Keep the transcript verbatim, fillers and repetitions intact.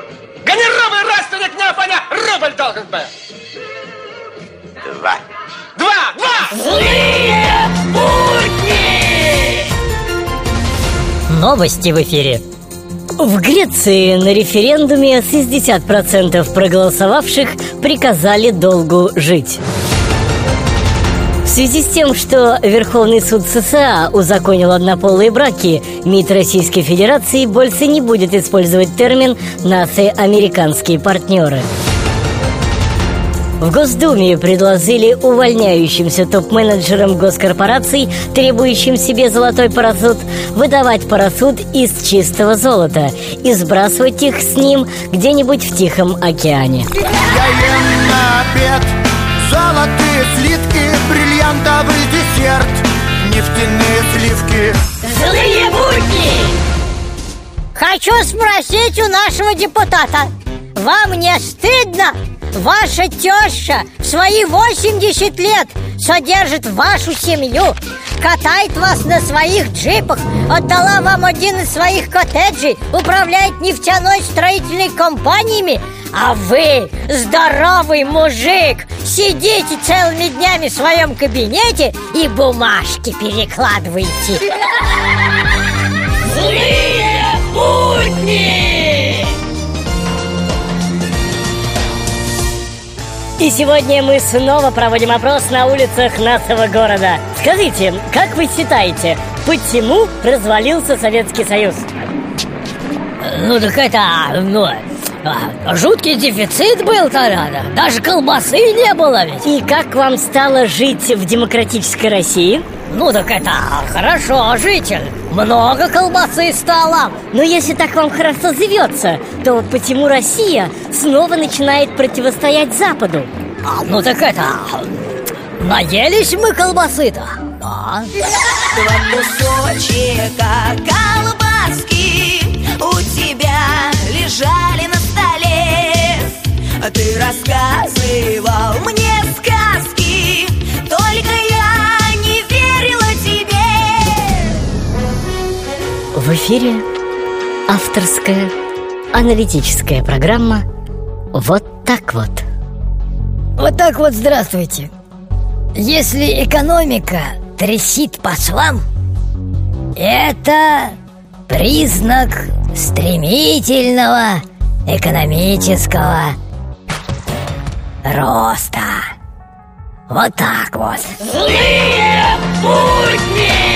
Гони рубль, раз, старик, не поня, рубль должен быть. Два. Два, два! Злые будни! Новости в эфире. В Греции на референдуме шестьдесят процентов проголосовавших приказали долгу жить. В связи с тем, что Верховный суд США узаконил однополые браки, МИД Российской Федерации больше не будет использовать термин «наши американские партнеры». В Госдуме предложили увольняющимся топ-менеджерам госкорпораций, требующим себе золотой парашют, выдавать парашют из чистого золота и сбрасывать их с ним где-нибудь в Тихом океане. Я ем на обед золотые слитки, бриллиантовый десерт, нефтяные сливки. Злые будни! Хочу спросить у нашего депутата: вам не стыдно? Ваша теща в свои восемьдесят лет содержит вашу семью, катает вас на своих джипах, отдала вам один из своих коттеджей, управляет нефтяной строительной компаниями, а вы, здоровый мужик, сидите целыми днями в своем кабинете и бумажки перекладываете. Злые будни! И сегодня мы снова проводим опрос на улицах нашего города. Скажите, как вы считаете, почему развалился Советский Союз? Ну так это, ну, жуткий дефицит был тогда, даже колбасы не было ведь. И как вам стало жить в демократической России? Ну так это хорошо жить, много колбасы стало. Но если так вам хорошо живется, то почему Россия снова начинает противостоять Западу? А, ну так это, наелись мы колбасы-то. Да. Два кусочка колбаски у тебя лежали на столе. Ты рассказывал мне сказки, только я не верила тебе. В эфире авторская аналитическая программа «Вот так вот». Вот так вот, здравствуйте. Если экономика трещит по швам, это признак стремительного экономического роста. Вот так вот. Злые будни!